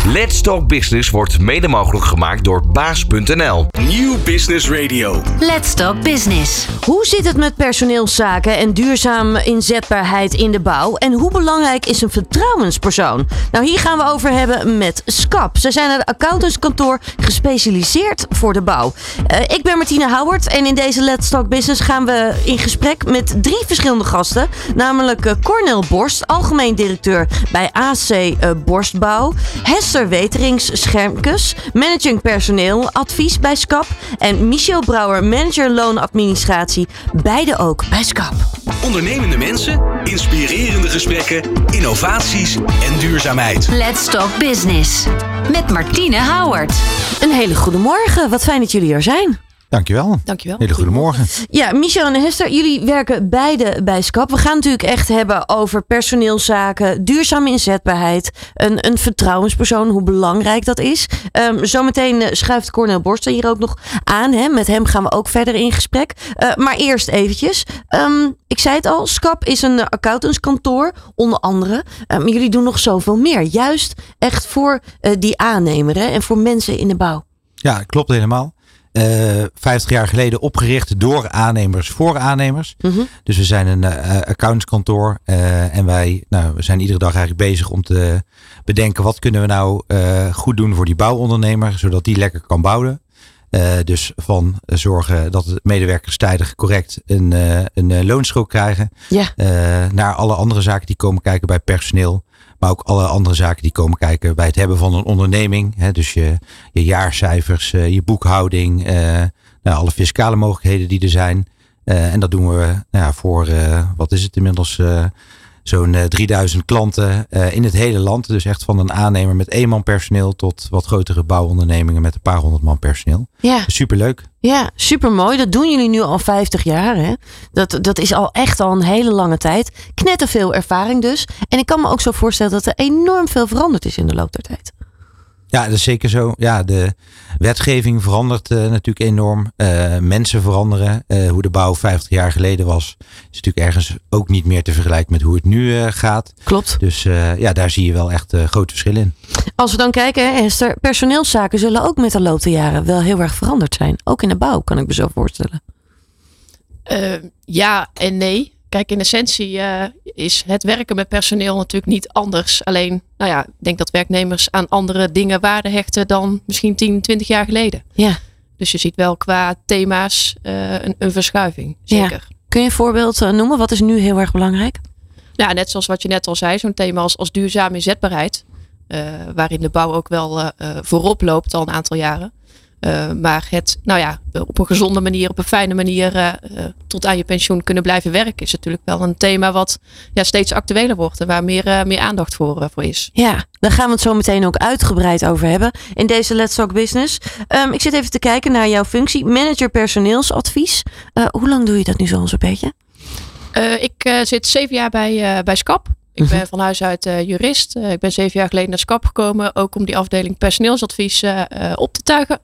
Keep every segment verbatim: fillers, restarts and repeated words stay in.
Let's Talk Business wordt mede mogelijk gemaakt door baas punt n l. Nieuw Business Radio. Let's Talk Business. Hoe zit het met personeelszaken en duurzame inzetbaarheid in de bouw? En hoe belangrijk is een vertrouwenspersoon? Nou, hier gaan we over hebben met SCAP. Ze zijn een accountantskantoor gespecialiseerd voor de bouw. Uh, ik ben Martine Houwert en in deze Let's Talk Business gaan we in gesprek met drie verschillende gasten. Namelijk uh, Cornel Borst, algemeen directeur bij A C uh, Borstbouw. Hester Weterings-Schermkes, managing personeeladvies bij SCAP. En Michel Brouwer, manager loonadministratie, beide ook bij SCAP. Ondernemende mensen, inspirerende gesprekken, innovaties en duurzaamheid. Let's Talk Business met Martine Houwert. Een hele goede morgen. Wat fijn dat jullie er zijn. Dankjewel. Dankjewel. Hele goede morgen. Ja, Michel en Hester, jullie werken beide bij SCAP. We gaan natuurlijk echt hebben over personeelszaken, duurzame inzetbaarheid, een, een vertrouwenspersoon, hoe belangrijk dat is. Um, zometeen uh, schuift Cornel Borst hier ook nog aan. Hè? Met hem gaan we ook verder in gesprek. Uh, maar eerst eventjes. Um, ik zei het al, SCAP is een accountantskantoor, onder andere. Uh, maar jullie doen nog zoveel meer. Juist echt voor uh, die aannemer, hè? En voor mensen in de bouw. Ja, klopt helemaal. Uh, vijftig jaar geleden opgericht door aannemers voor aannemers. Mm-hmm. Dus we zijn een uh, accountantskantoor uh, en wij nou, we zijn iedere dag eigenlijk bezig om te bedenken wat kunnen we nou uh, goed doen voor die bouwondernemer, zodat die lekker kan bouwen. Uh, dus van uh, zorgen dat de medewerkers tijdig correct een, uh, een uh, loonstrook krijgen. Ja. Uh, naar alle andere zaken die komen kijken bij personeel. Maar ook alle andere zaken die komen kijken bij het hebben van een onderneming. Hè, dus je, je jaarcijfers, uh, je boekhouding, uh, nou, alle fiscale mogelijkheden die er zijn. Uh, en dat doen we nou ja, voor, uh, wat is het inmiddels, uh, zo'n uh, drieduizend klanten uh, in het hele land. Dus echt van een aannemer met één man personeel tot wat grotere bouwondernemingen met een paar honderd man personeel. Ja. Superleuk. Ja, supermooi. Dat doen jullie nu al vijftig jaar. Hè? Dat, dat is al echt al een hele lange tijd. Knetterveel ervaring dus. En ik kan me ook zo voorstellen dat er enorm veel veranderd is in de loop der tijd. Ja, dat is zeker zo. Ja, de wetgeving verandert uh, natuurlijk enorm. Uh, mensen veranderen. Uh, hoe de bouw vijftig jaar geleden was, is natuurlijk ergens ook niet meer te vergelijken met hoe het nu uh, gaat. Klopt. Dus uh, ja, daar zie je wel echt uh, groot verschil in. Als we dan kijken, Hester, personeelszaken zullen ook met de loop der jaren wel heel erg veranderd zijn. Ook in de bouw, kan ik me zo voorstellen. Uh, ja en nee. Kijk, in essentie uh, is het werken met personeel natuurlijk niet anders. Alleen, nou ja, ik denk dat werknemers aan andere dingen waarde hechten dan misschien tien, twintig jaar geleden. Ja. Dus je ziet wel qua thema's uh, een, een verschuiving. Zeker. Ja. Kun je een voorbeeld uh, noemen? Wat is nu heel erg belangrijk? Ja, net zoals wat je net al zei, zo'n thema als, als duurzame inzetbaarheid. Uh, waarin de bouw ook wel uh, voorop loopt al een aantal jaren. Uh, maar het, nou ja, op een gezonde manier, op een fijne manier uh, tot aan je pensioen kunnen blijven werken is natuurlijk wel een thema wat ja, steeds actueler wordt en waar meer, uh, meer aandacht voor, uh, voor is. Ja, daar gaan we het zo meteen ook uitgebreid over hebben in deze Let's Talk Business. Um, ik zit even te kijken naar jouw functie, manager personeelsadvies. Uh, hoe lang doe je dat nu zo een beetje? Uh, ik uh, zit zeven jaar bij, uh, bij SCAP. Ik ben van huis uit uh, jurist. Uh, ik ben zeven jaar geleden naar SCAP gekomen, ook om die afdeling personeelsadvies uh, uh, op te tuigen.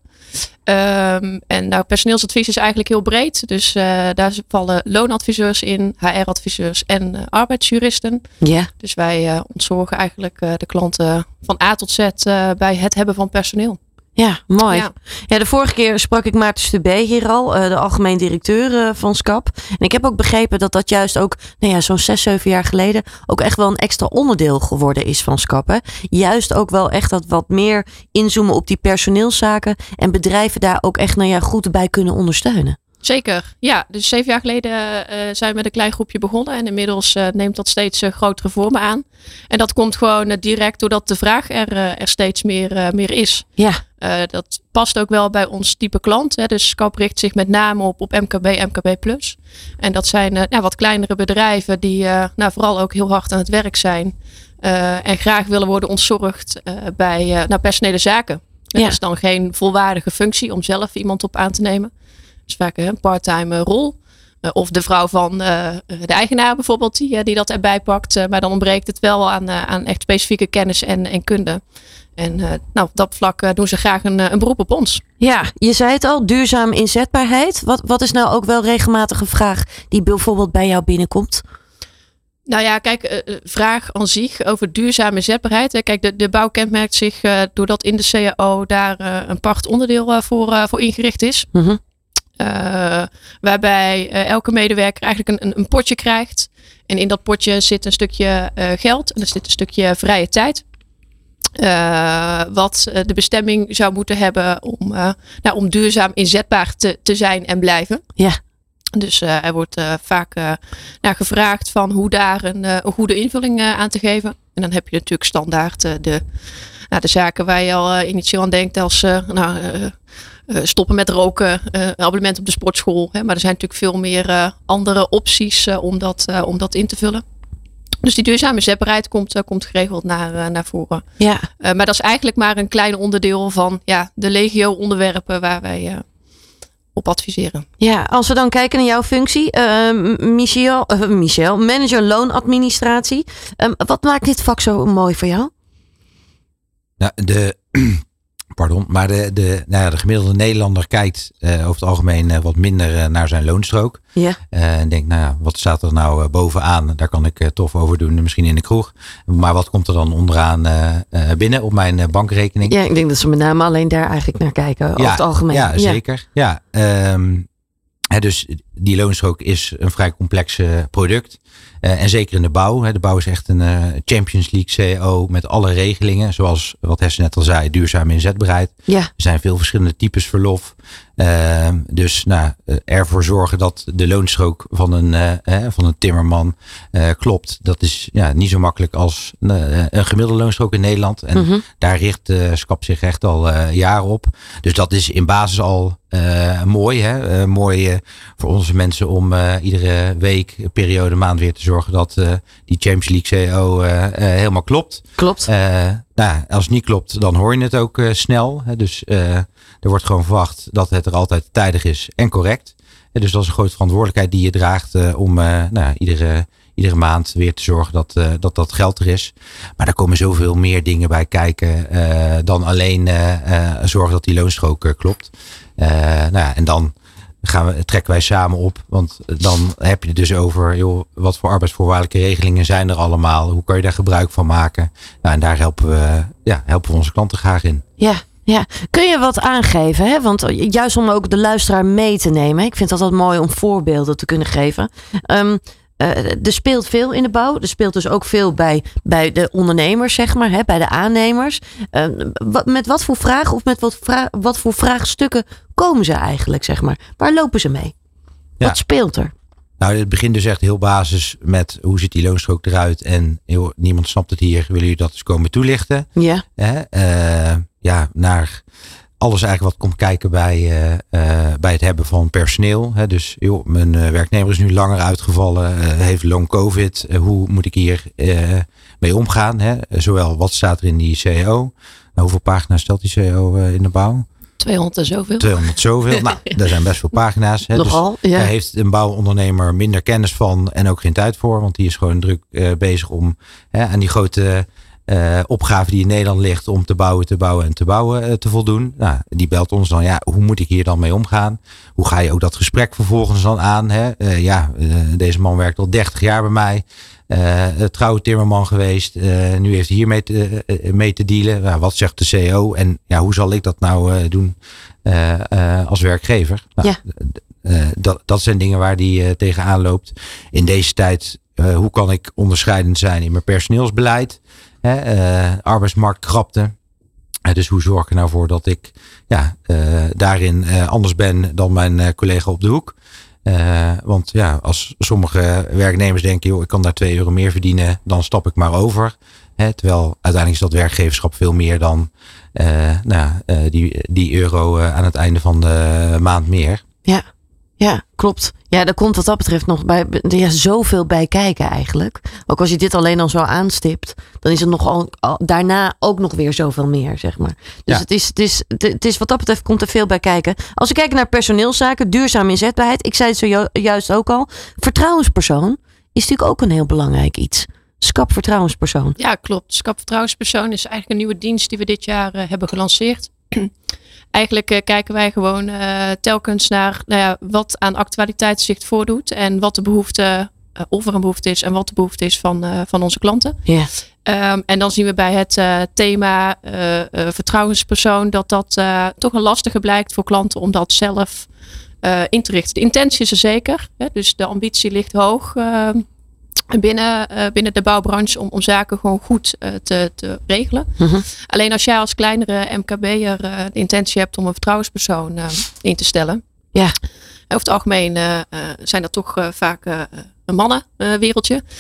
Um, en nou, personeelsadvies is eigenlijk heel breed. Dus uh, daar vallen loonadviseurs in, H R-adviseurs en uh, arbeidsjuristen. Ja. Dus wij uh, ontzorgen eigenlijk uh, de klanten van A tot Z uh, bij het hebben van personeel. Ja, mooi. Ja. ja, de vorige keer sprak ik Maarten Stubé hier al, uh, de algemeen directeur uh, van SCAP. En ik heb ook begrepen dat dat juist ook, nou ja, zo'n zes, zeven jaar geleden ook echt wel een extra onderdeel geworden is van SCAP. Hè? Juist ook wel echt dat wat meer inzoomen op die personeelszaken en bedrijven daar ook echt, nou ja, goed bij kunnen ondersteunen. Zeker, ja. Dus zeven jaar geleden uh, zijn we met een klein groepje begonnen. En inmiddels uh, neemt dat steeds uh, grotere vormen aan. En dat komt gewoon uh, direct doordat de vraag er, uh, er steeds meer, uh, meer is. Ja. Uh, dat past ook wel bij ons type klant. Hè. Dus SCAP richt zich met name op, op M K B, M K B plus. En dat zijn uh, ja, wat kleinere bedrijven die uh, nou, vooral ook heel hard aan het werk zijn. Uh, en graag willen worden ontzorgd uh, bij uh, nou, personele zaken. Ja. Dat is dan geen volwaardige functie om zelf iemand op aan te nemen. Dus vaak een part-time rol. Uh, of de vrouw van uh, de eigenaar bijvoorbeeld, die, uh, die dat erbij pakt. Uh, maar dan ontbreekt het wel aan, uh, aan echt specifieke kennis en, en kunde. En uh, nou, op dat vlak uh, doen ze graag een, een beroep op ons. Ja, je zei het al, duurzame inzetbaarheid. Wat, wat is nou ook wel regelmatig een vraag die bijvoorbeeld bij jou binnenkomt? Nou ja, kijk, uh, vraag aan zich over duurzame inzetbaarheid. Hè. Kijk, de, de bouw kenmerkt zich uh, doordat in de C A O daar uh, een apart onderdeel uh, voor, uh, voor ingericht is. Mm-hmm. Uh, waarbij uh, elke medewerker eigenlijk een, een, een potje krijgt. En in dat potje zit een stukje uh, geld en er zit een stukje vrije tijd. Uh, wat uh, de bestemming zou moeten hebben om, uh, nou, om duurzaam inzetbaar te, te zijn en blijven. Ja. Dus uh, er wordt uh, vaak uh, naar gevraagd van hoe daar een, uh, een goede invulling uh, aan te geven. En dan heb je natuurlijk standaard uh, de, nou, de zaken waar je al uh, initieel aan denkt als uh, nou, uh, uh, stoppen met roken, uh, een abonnement op de sportschool. Hè. Maar er zijn natuurlijk veel meer uh, andere opties uh, om, dat, uh, om dat in te vullen. Dus die duurzame inzetbaarheid komt, uh, komt geregeld naar, uh, naar voren. Ja. Uh, maar dat is eigenlijk maar een klein onderdeel van ja, de legio onderwerpen waar wij uh, op adviseren. Ja, als we dan kijken naar jouw functie, uh, Michel, uh, Michel, manager loonadministratie. Um, wat maakt dit vak zo mooi voor jou? Nou, de, pardon, maar de, de, nou ja, de gemiddelde Nederlander kijkt uh, over het algemeen uh, wat minder uh, naar zijn loonstrook. Ja. Uh, en denkt, nou ja, wat staat er nou uh, bovenaan? Daar kan ik uh, tof over doen, misschien in de kroeg. Maar wat komt er dan onderaan uh, uh, binnen op mijn uh, bankrekening? Ja, ik denk dat ze met name alleen daar eigenlijk naar kijken, ja, over het algemeen. Ja, zeker. Ja, um, hè, dus die loonstrook is een vrij complex uh, product. Uh, en zeker in de bouw. Hè. De bouw is echt een uh, Champions League C A O met alle regelingen. Zoals wat Hesse net al zei, duurzame inzetbaarheid. Ja. Er zijn veel verschillende types verlof. Uh, dus nou, uh, ervoor zorgen dat de loonstrook van een, uh, uh, van een timmerman uh, klopt. Dat is ja, niet zo makkelijk als uh, een gemiddelde loonstrook in Nederland. En mm-hmm. daar richt uh, SCAP zich echt al uh, jaren op. Dus dat is in basis al uh, mooi. Hè? Uh, mooi uh, voor onze mensen om uh, iedere week, periode, maand weer te zorgen dat uh, die Champions League C A O uh, uh, helemaal klopt. Klopt. Uh, nou, als het niet klopt, dan hoor je het ook uh, snel. Hè? Dus uh, er wordt gewoon verwacht dat het er altijd tijdig is en correct. Ja, dus dat is een grote verantwoordelijkheid die je draagt uh, om uh, nou, iedere, iedere maand weer te zorgen dat, uh, dat dat geld er is. Maar daar komen zoveel meer dingen bij kijken uh, dan alleen uh, uh, zorgen dat die loonstrook uh, klopt. Uh, nou ja, en dan gaan we, trekken wij samen op. Want dan heb je het dus over, joh, wat voor arbeidsvoorwaardelijke regelingen zijn er allemaal? Hoe kan je daar gebruik van maken? Nou, en daar helpen we, ja, helpen we onze klanten graag in. Ja. Ja, kun je wat aangeven? Hè? Want juist om ook de luisteraar mee te nemen. Ik vind het altijd mooi om voorbeelden te kunnen geven. Um, uh, er speelt veel in de bouw. Er speelt dus ook veel bij, bij de ondernemers, zeg maar. Hè? Bij de aannemers. Uh, wat, met wat voor vragen of met wat, vraag, wat voor vraagstukken komen ze eigenlijk, zeg maar? Waar lopen ze mee? Ja. Wat speelt er? Nou, het begint dus echt heel basis met hoe ziet die loonstrook eruit. En heel, niemand snapt het hier. Willen jullie dat eens komen toelichten? Ja. Hè? Uh, ja, naar alles eigenlijk wat komt kijken bij, uh, uh, bij het hebben van personeel. Hè? Dus joh, mijn uh, werknemer is nu langer uitgevallen, uh, heeft long covid. Uh, hoe moet ik hier uh, mee omgaan? Hè? Zowel wat staat er in die C A O? Nou, hoeveel pagina's stelt die C A O uh, in de bouw? tweehonderd en zoveel. tweehonderd zoveel. Nou, daar zijn best veel pagina's. Hè? Nogal, dus ja. Daar heeft een bouwondernemer minder kennis van en ook geen tijd voor. Want die is gewoon druk uh, bezig om hè, aan die grote uh, opgave die in Nederland ligt om te bouwen, te bouwen en te bouwen uh, te voldoen. Nou, die belt ons dan, ja, hoe moet ik hier dan mee omgaan? Hoe ga je ook dat gesprek vervolgens dan aan? Hè? Uh, ja, uh, deze man werkt al dertig jaar bij mij. Uh, trouwe timmerman geweest. Uh, nu heeft hij hiermee te, uh, mee te dealen. Uh, wat zegt de C O? En ja, hoe zal ik dat nou uh, doen uh, uh, als werkgever? Nou, ja. uh, dat, dat zijn dingen waar die uh, tegenaan loopt. In deze tijd, uh, hoe kan ik onderscheidend zijn in mijn personeelsbeleid? Hè? Uh, arbeidsmarktkrapte. Uh, dus hoe zorg ik er nou voor dat ik ja, uh, daarin uh, anders ben dan mijn uh, collega op de hoek? Uh, want ja, als sommige werknemers denken, joh, ik kan daar twee euro meer verdienen, dan stap ik maar over. Hè, terwijl uiteindelijk is dat werkgeverschap veel meer dan uh, nou, uh, die, die euro uh, aan het einde van de maand meer. Ja, ja, klopt. Ja, daar komt wat dat betreft nog bij, ja, zoveel bij kijken eigenlijk. Ook als je dit alleen al zo aanstipt, dan is het nogal daarna ook nog weer zoveel meer, zeg maar. Dus ja. het, is, het, is, het is wat dat betreft komt er veel bij kijken. Als we kijken naar personeelszaken, duurzame inzetbaarheid. Ik zei het zojuist ook al. Vertrouwenspersoon is natuurlijk ook een heel belangrijk iets. SCAP vertrouwenspersoon. Ja, klopt. SCAP vertrouwenspersoon is eigenlijk een nieuwe dienst die we dit jaar uh, hebben gelanceerd. Eigenlijk uh, kijken wij gewoon uh, telkens naar nou ja, wat aan actualiteit zich voordoet en wat de behoefte uh, of er een behoefte is en wat de behoefte is van, uh, van onze klanten. Yeah. Um, en dan zien we bij het uh, thema uh, uh, vertrouwenspersoon dat dat uh, toch een lastige blijkt voor klanten om dat zelf uh, in te richten. De intentie is er zeker. Hè? Dus de ambitie ligt hoog uh, binnen, uh, binnen de bouwbranche om, om zaken gewoon goed uh, te, te regelen. Mm-hmm. Alleen als jij als kleinere M K B'er uh, de intentie hebt om een vertrouwenspersoon uh, in te stellen. Ja. Over het algemeen uh, uh, zijn dat toch uh, vaak uh, een mannenwereldje. Uh,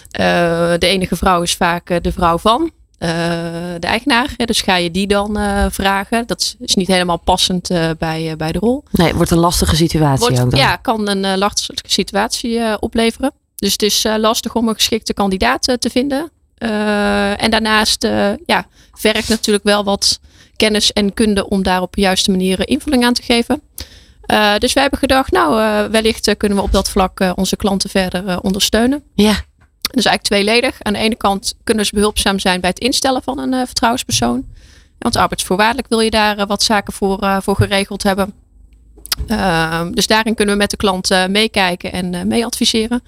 de enige vrouw is vaak uh, de vrouw van uh, de eigenaar. Ja, dus ga je die dan uh, vragen. Dat is niet helemaal passend uh, bij, uh, bij de rol. Nee, het wordt een lastige situatie wordt, ook dan. Ja, kan een uh, lastige situatie uh, opleveren. Dus het is uh, lastig om een geschikte kandidaat uh, te vinden. Uh, en daarnaast uh, ja, vergt natuurlijk wel wat kennis en kunde om daar op de juiste manier invulling aan te geven. Uh, dus wij hebben gedacht, nou uh, wellicht uh, kunnen we op dat vlak uh, onze klanten verder uh, ondersteunen. Ja. Dus eigenlijk tweeledig. Aan de ene kant kunnen ze behulpzaam zijn bij het instellen van een uh, vertrouwenspersoon. Want arbeidsvoorwaardelijk wil je daar uh, wat zaken voor, uh, voor geregeld hebben. Uh, dus daarin kunnen we met de klant uh, meekijken en uh, mee adviseren.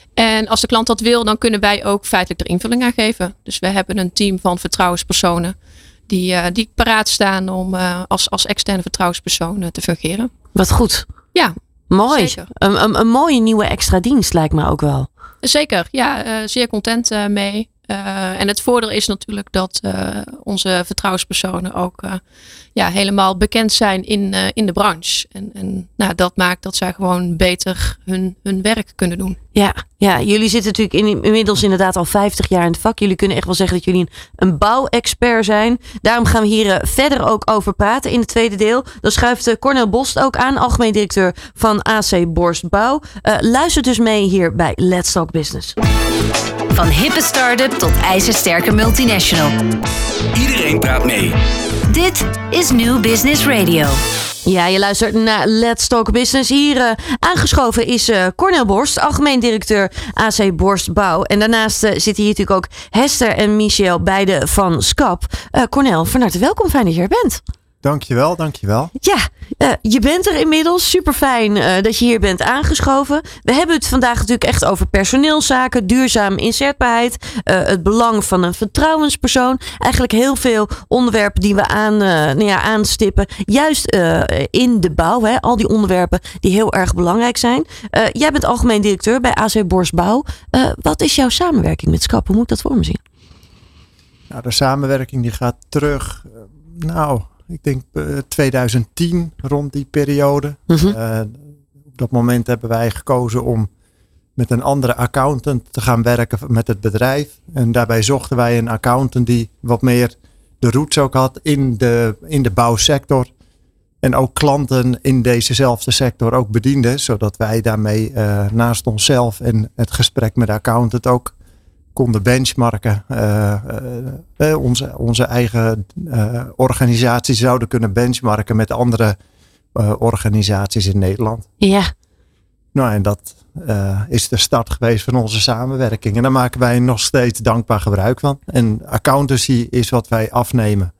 En als de klant dat wil, dan kunnen wij ook feitelijk er invulling aan geven. Dus we hebben een team van vertrouwenspersonen die, uh, die paraat staan om uh, als, als externe vertrouwenspersoon uh, te fungeren. Wat goed. Ja, mooi. Een, een, een mooie nieuwe extra dienst lijkt me ook wel. Zeker, ja, uh, zeer content uh, mee. Uh, en het voordeel is natuurlijk dat uh, onze vertrouwenspersonen ook uh, ja, helemaal bekend zijn in, uh, in de branche. En, en nou, dat maakt dat zij gewoon beter hun, hun werk kunnen doen. Ja, ja, jullie zitten natuurlijk in, inmiddels inderdaad al vijftig jaar in het vak. Jullie kunnen echt wel zeggen dat jullie een, een bouwexpert zijn. Daarom gaan we hier uh, verder ook over praten in het tweede deel. Dan schuift uh, Cornel Bost ook aan, algemeen directeur van A C Borst Bouw. Uh, luister dus mee hier bij Let's Talk Business. Van hippe start-up tot ijzersterke multinational. Iedereen praat mee. Dit is New Business Radio. Ja, je luistert naar Let's Talk Business. Hier uh, aangeschoven is uh, Cornel Borst, algemeen directeur A C Borst Bouw. En daarnaast uh, zitten hier natuurlijk ook Hester en Michel, beide van SCAP. Uh, Cornel, van harte welkom. Fijn dat je er bent. Dankjewel, dankjewel. Ja, uh, je bent er inmiddels. Super fijn uh, dat je hier bent aangeschoven. We hebben het vandaag natuurlijk echt over personeelszaken, duurzaam inzetbaarheid, uh, het belang van een vertrouwenspersoon. Eigenlijk heel veel onderwerpen die we aan, uh, nou ja, aanstippen. Juist uh, in de bouw. Hè? Al die onderwerpen die heel erg belangrijk zijn. Uh, jij bent algemeen directeur bij A C Borst Bouw. Uh, wat is jouw samenwerking met SCAP? Hoe moet ik dat voor me zien? Nou, de samenwerking die gaat terug. Uh, nou... Ik denk uh, twintig tien, rond die periode. Uh-huh. Uh, op dat moment hebben wij gekozen om met een andere accountant te gaan werken met het bedrijf. En daarbij zochten wij een accountant die wat meer de roots ook had in de, in de bouwsector. En ook klanten in dezezelfde sector ook bediende. Zodat wij daarmee uh, naast onszelf en het gesprek met de accountant ook konden benchmarken. Uh, uh, onze, onze eigen uh, organisatie zouden kunnen benchmarken met andere uh, organisaties in Nederland. Ja. Nou, en dat uh, is de start geweest van onze samenwerking. En daar maken wij nog steeds dankbaar gebruik van. En accountancy is wat wij afnemen.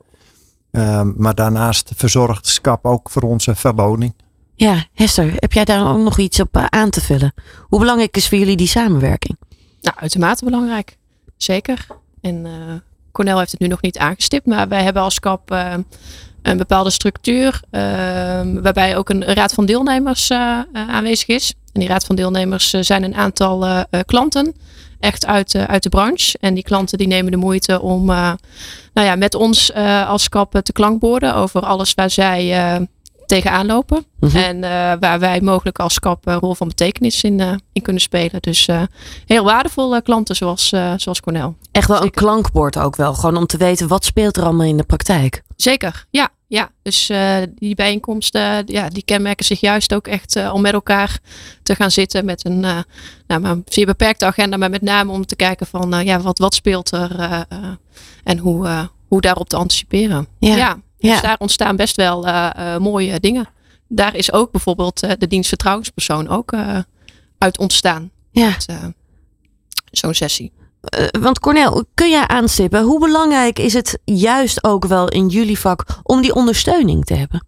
Uh, maar daarnaast verzorgt SCAP ook voor onze verloning. Ja, Hester, heb jij daar ook nog iets op uh, aan te vullen? Hoe belangrijk is voor jullie die samenwerking? Nou, uitermate belangrijk. Zeker. En uh, Cornel heeft het nu nog niet aangestipt, maar wij hebben als SCAP uh, een bepaalde structuur uh, waarbij ook een raad van deelnemers uh, uh, aanwezig is. En die raad van deelnemers uh, zijn een aantal uh, uh, klanten, echt uit, uh, uit de branche. En die klanten die nemen de moeite om uh, nou ja, met ons uh, als SCAP te klankborden over alles waar zij uh, tegenaan lopen. Mm-hmm. En uh, waar wij mogelijk als SCAP een rol van betekenis in, uh, in kunnen spelen. Dus uh, heel waardevolle klanten zoals, uh, zoals Cornel. Echt wel Zeker. Een klankbord ook wel. Gewoon om te weten wat speelt er allemaal in de praktijk. Zeker, ja. ja. Dus uh, die bijeenkomsten ja, die kenmerken zich juist ook echt uh, om met elkaar te gaan zitten met een uh, nou, maar zeer beperkte agenda. Maar met name om te kijken van uh, ja, wat, wat speelt er uh, uh, en hoe, uh, hoe daarop te anticiperen. Ja. ja. Dus Ja. daar ontstaan best wel uh, uh, mooie dingen. Daar is ook bijvoorbeeld uh, de dienst vertrouwenspersoon ook uh, uit ontstaan. Ja. Met, uh, zo'n sessie. Uh, want Cornel, kun jij aanstippen, hoe belangrijk is het juist ook wel in jullie vak om die ondersteuning te hebben?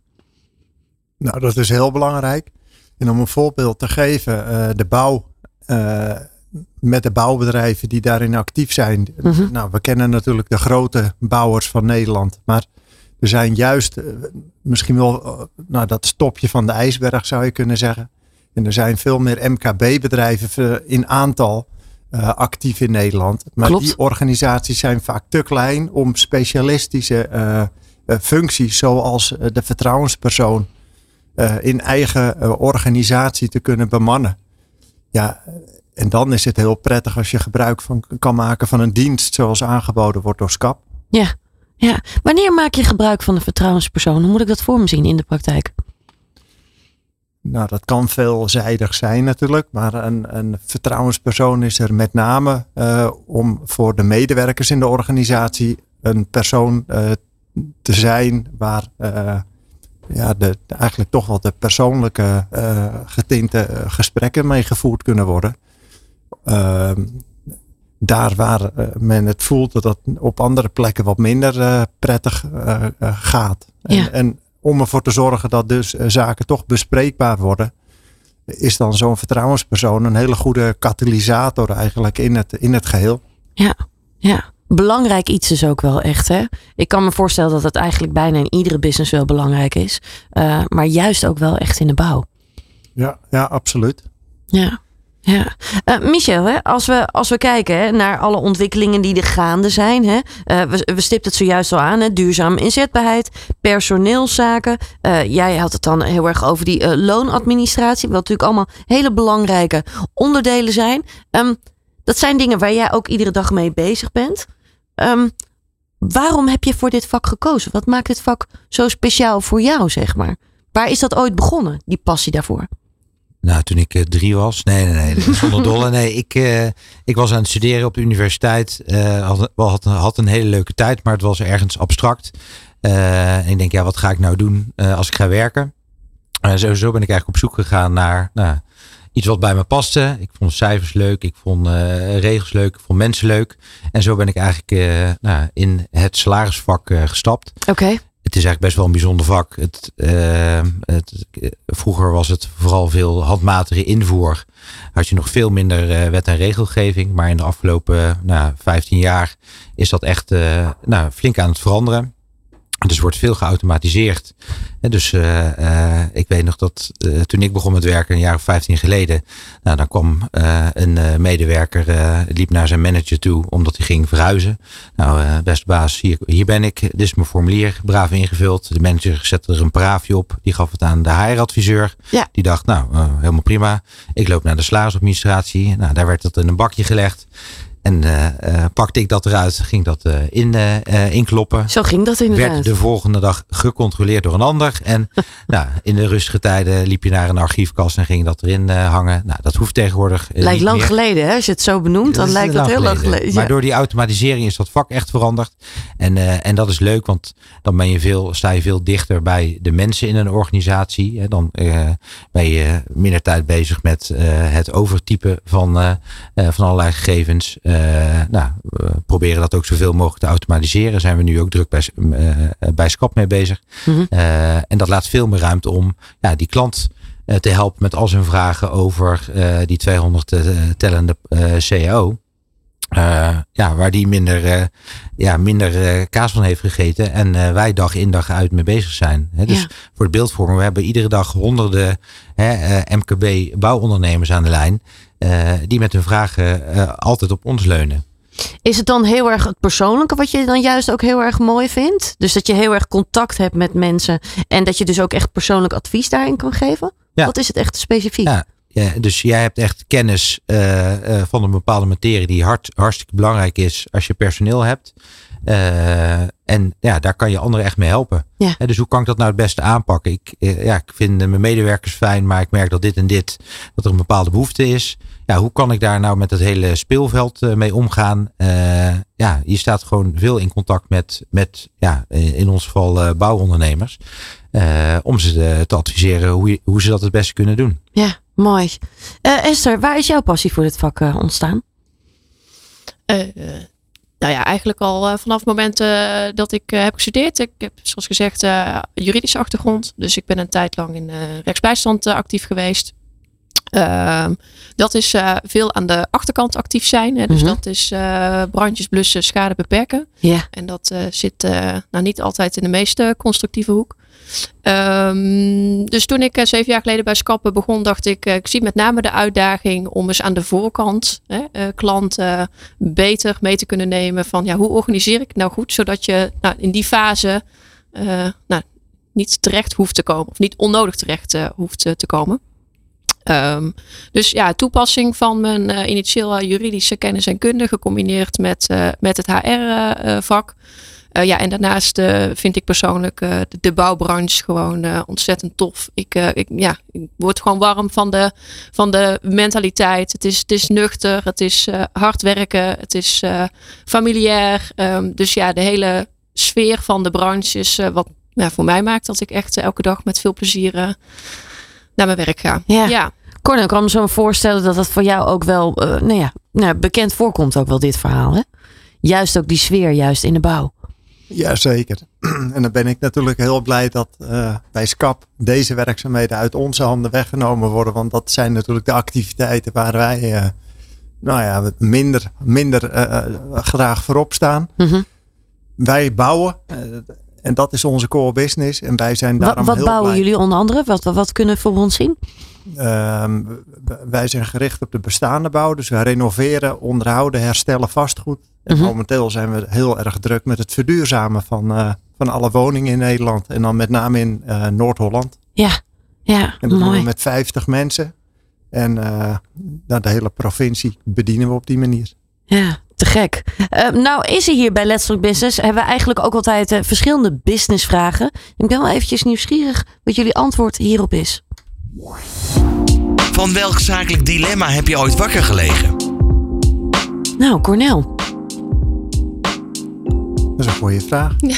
Nou, dat is heel belangrijk. En om een voorbeeld te geven, uh, de bouw uh, met de bouwbedrijven die daarin actief zijn. Mm-hmm. Nou, we kennen natuurlijk de grote bouwers van Nederland. Maar er zijn juist uh, misschien wel uh, nou, dat stopje van de ijsberg zou je kunnen zeggen. En er zijn veel meer M K B-bedrijven in aantal uh, actief in Nederland. Maar Klopt. Die organisaties zijn vaak te klein om specialistische uh, uh, functies zoals uh, de vertrouwenspersoon uh, in eigen uh, organisatie te kunnen bemannen. Ja, en dan is het heel prettig als je gebruik van, kan maken van een dienst zoals aangeboden wordt door SCAP. Ja, ja. Wanneer maak je gebruik van een vertrouwenspersoon? Hoe moet ik dat voor me zien in de praktijk? Nou, dat kan veelzijdig zijn natuurlijk. Maar een, een vertrouwenspersoon is er met name uh, om voor de medewerkers in de organisatie een persoon uh, te zijn waar uh, ja, de, de, eigenlijk toch wel de persoonlijke uh, getinte uh, gesprekken mee gevoerd kunnen worden. Uh, daar waar uh, men het voelt dat dat op andere plekken wat minder uh, prettig uh, uh, gaat. Ja. En, en om ervoor te zorgen dat dus uh, zaken toch bespreekbaar worden, is dan zo'n vertrouwenspersoon een hele goede katalysator eigenlijk in het, in het geheel. Ja, ja. Belangrijk iets is ook wel echt, hè? Ik kan me voorstellen dat het eigenlijk bijna in iedere business wel belangrijk is. Uh, maar juist ook wel echt in de bouw. Ja, ja, absoluut. Ja. Ja, uh, Michel, hè, als, we, als we kijken hè, naar alle ontwikkelingen die er gaande zijn. Hè, uh, we, we stipten het zojuist al aan. Hè, duurzame inzetbaarheid, personeelszaken. Uh, jij had het dan heel erg over die uh, loonadministratie. Wat natuurlijk allemaal hele belangrijke onderdelen zijn. Um, dat zijn dingen waar jij ook iedere dag mee bezig bent. Um, waarom heb je voor dit vak gekozen? Wat maakt dit vak zo speciaal voor jou, zeg maar? Waar is dat ooit begonnen, die passie daarvoor? Nou, toen ik uh, drie was. Nee, nee, nee. Zonder dolle. Nee, ik, uh, ik was aan het studeren op de universiteit. Uh, had, had, had een hele leuke tijd, maar het was ergens abstract. Uh, en ik denk, ja, wat ga ik nou doen uh, als ik ga werken? Uh, sowieso ben ik eigenlijk op zoek gegaan naar nou, iets wat bij me paste. Ik vond cijfers leuk. Ik vond uh, regels leuk. Ik vond mensen leuk. En zo ben ik eigenlijk uh, nou, in het salarisvak uh, gestapt. Oké. Okay. Het is eigenlijk best wel een bijzonder vak. Het, uh, het, vroeger was het vooral veel handmatige invoer. Had je nog veel minder uh, wet en regelgeving. Maar in de afgelopen uh, nou, vijftien jaar is dat echt uh, nou, flink aan het veranderen. Dus er wordt veel geautomatiseerd. En dus uh, uh, ik weet nog dat uh, toen ik begon met werken, een jaar of vijftien geleden. Nou, dan kwam uh, een uh, medewerker, uh, liep naar zijn manager toe omdat hij ging verhuizen. Nou, uh, beste baas, hier, hier ben ik. Dit is mijn formulier, braaf ingevuld. De manager zette er een paraafje op. Die gaf het aan de H R-adviseur. Ja. Die dacht, nou, uh, helemaal prima. Ik loop naar de salarisadministratie. Nou, daar werd dat in een bakje gelegd. En uh, uh, pakte ik dat eruit, ging dat uh, in, uh, inkloppen. Zo ging dat inderdaad. Werd de volgende dag gecontroleerd door een ander. En nou, in de rustige tijden liep je naar een archiefkast en ging dat erin uh, hangen. Nou, dat hoeft tegenwoordig uh, lijkt niet lang meer. geleden, hè? Als je het zo benoemt, dan dat lijkt dat heel lang geleden. Ja. Maar door die automatisering is dat vak echt veranderd. En, uh, en dat is leuk, want dan ben je veel, sta je veel dichter bij de mensen in een organisatie. Hè? Dan uh, ben je minder tijd bezig met uh, het overtypen van, uh, uh, van allerlei gegevens. Uh, nou, we proberen dat ook zoveel mogelijk te automatiseren. Zijn we nu ook druk bij, uh, bij SCAP mee bezig. Mm-hmm. Uh, en dat laat veel meer ruimte om ja, die klant uh, te helpen met al zijn vragen over uh, die tweehonderd uh, tellende uh, C A O. Uh, ja, waar die minder, uh, ja, minder uh, kaas van heeft gegeten. En uh, wij dag in dag uit mee bezig zijn. Hè? Dus ja. Voor de beeldvorming, we hebben iedere dag honderden hè, uh, M K B bouwondernemers aan de lijn. Uh, die met hun vragen uh, altijd op ons leunen. Is het dan heel erg het persoonlijke wat je dan juist ook heel erg mooi vindt? Dus dat je heel erg contact hebt met mensen. En dat je dus ook echt persoonlijk advies daarin kan geven? Ja. Wat is het echt specifiek? Ja. Ja, dus jij hebt echt kennis uh, uh, van een bepaalde materie die hard, hartstikke belangrijk is als je personeel hebt. Uh, en ja, daar kan je anderen echt mee helpen. Ja. Uh, dus hoe kan ik dat nou het beste aanpakken? Ik, uh, ja, ik vind mijn medewerkers fijn, maar ik merk dat dit en dit, dat er een bepaalde behoefte is. Ja, hoe kan ik daar nou met het hele speelveld uh, mee omgaan? Uh, ja, je staat gewoon veel in contact met, met ja, in ons geval uh, bouwondernemers. Uh, om ze te, te adviseren hoe, hoe ze dat het beste kunnen doen. Ja, mooi. Uh, Esther, waar is jouw passie voor dit vak uh, ontstaan? Uh, uh, nou ja, eigenlijk al uh, vanaf het moment uh, dat ik uh, heb gestudeerd. Ik heb, zoals gezegd, uh, een juridische achtergrond. Dus ik ben een tijd lang in uh, rechtsbijstand uh, actief geweest. Uh, dat is uh, veel aan de achterkant actief zijn. Hè. Dus mm-hmm. dat is uh, brandjes blussen, schade beperken. Yeah. En dat uh, zit uh, nou niet altijd in de meest constructieve hoek. Um, dus toen ik uh, zeven jaar geleden bij Scap begon, dacht ik, uh, ik zie met name de uitdaging om eens aan de voorkant hè, uh, klanten beter mee te kunnen nemen van ja, hoe organiseer ik het nou goed, zodat je nou, in die fase uh, nou, niet terecht hoeft te komen of niet onnodig terecht uh, hoeft uh, te komen. Um, dus ja, toepassing van mijn uh, initieel juridische kennis en kunde gecombineerd met, uh, met het H R-vak. Uh, uh, ja, en daarnaast uh, vind ik persoonlijk uh, de, de bouwbranche gewoon uh, ontzettend tof. Ik, uh, ik, ja, ik word gewoon warm van de, van de mentaliteit. Het is, het is nuchter, het is uh, hard werken, het is uh, familiair. Um, dus ja, de hele sfeer van de branche is uh, wat ja, voor mij maakt dat ik echt uh, elke dag met veel plezier uh, naar mijn werk ga. Ja. ja. Cornel, ik kan me zo voorstellen dat dat voor jou ook wel uh, nou ja, nou, bekend voorkomt, ook wel dit verhaal. Hè? Juist ook die sfeer, juist in de bouw. Jazeker. En dan ben ik natuurlijk heel blij dat uh, bij Scap deze werkzaamheden uit onze handen weggenomen worden. Want dat zijn natuurlijk de activiteiten waar wij uh, nou ja, minder, minder uh, graag voorop staan. Mm-hmm. Wij bouwen. Uh, En dat is onze core business. En wij zijn daarom wat wat heel bouwen blij. jullie onder andere? Wat, wat, wat kunnen we voor ons zien? Um, wij zijn gericht op de bestaande bouw. Dus wij renoveren, onderhouden, herstellen vastgoed. En mm-hmm. momenteel zijn we heel erg druk met het verduurzamen van, uh, van alle woningen in Nederland. En dan met name in uh, Noord-Holland. Ja, ja, en dat mooi. doen we met vijftig mensen. En uh, nou, de hele provincie bedienen we op die manier. Ja, te gek. Uh, nou is er hier bij Let's Talk Business, hebben we eigenlijk ook altijd uh, verschillende businessvragen. Ik ben wel eventjes nieuwsgierig wat jullie antwoord hierop is. Van welk zakelijk dilemma heb je ooit wakker gelegen? Nou, Cornel. Dat is een goede vraag. Ja.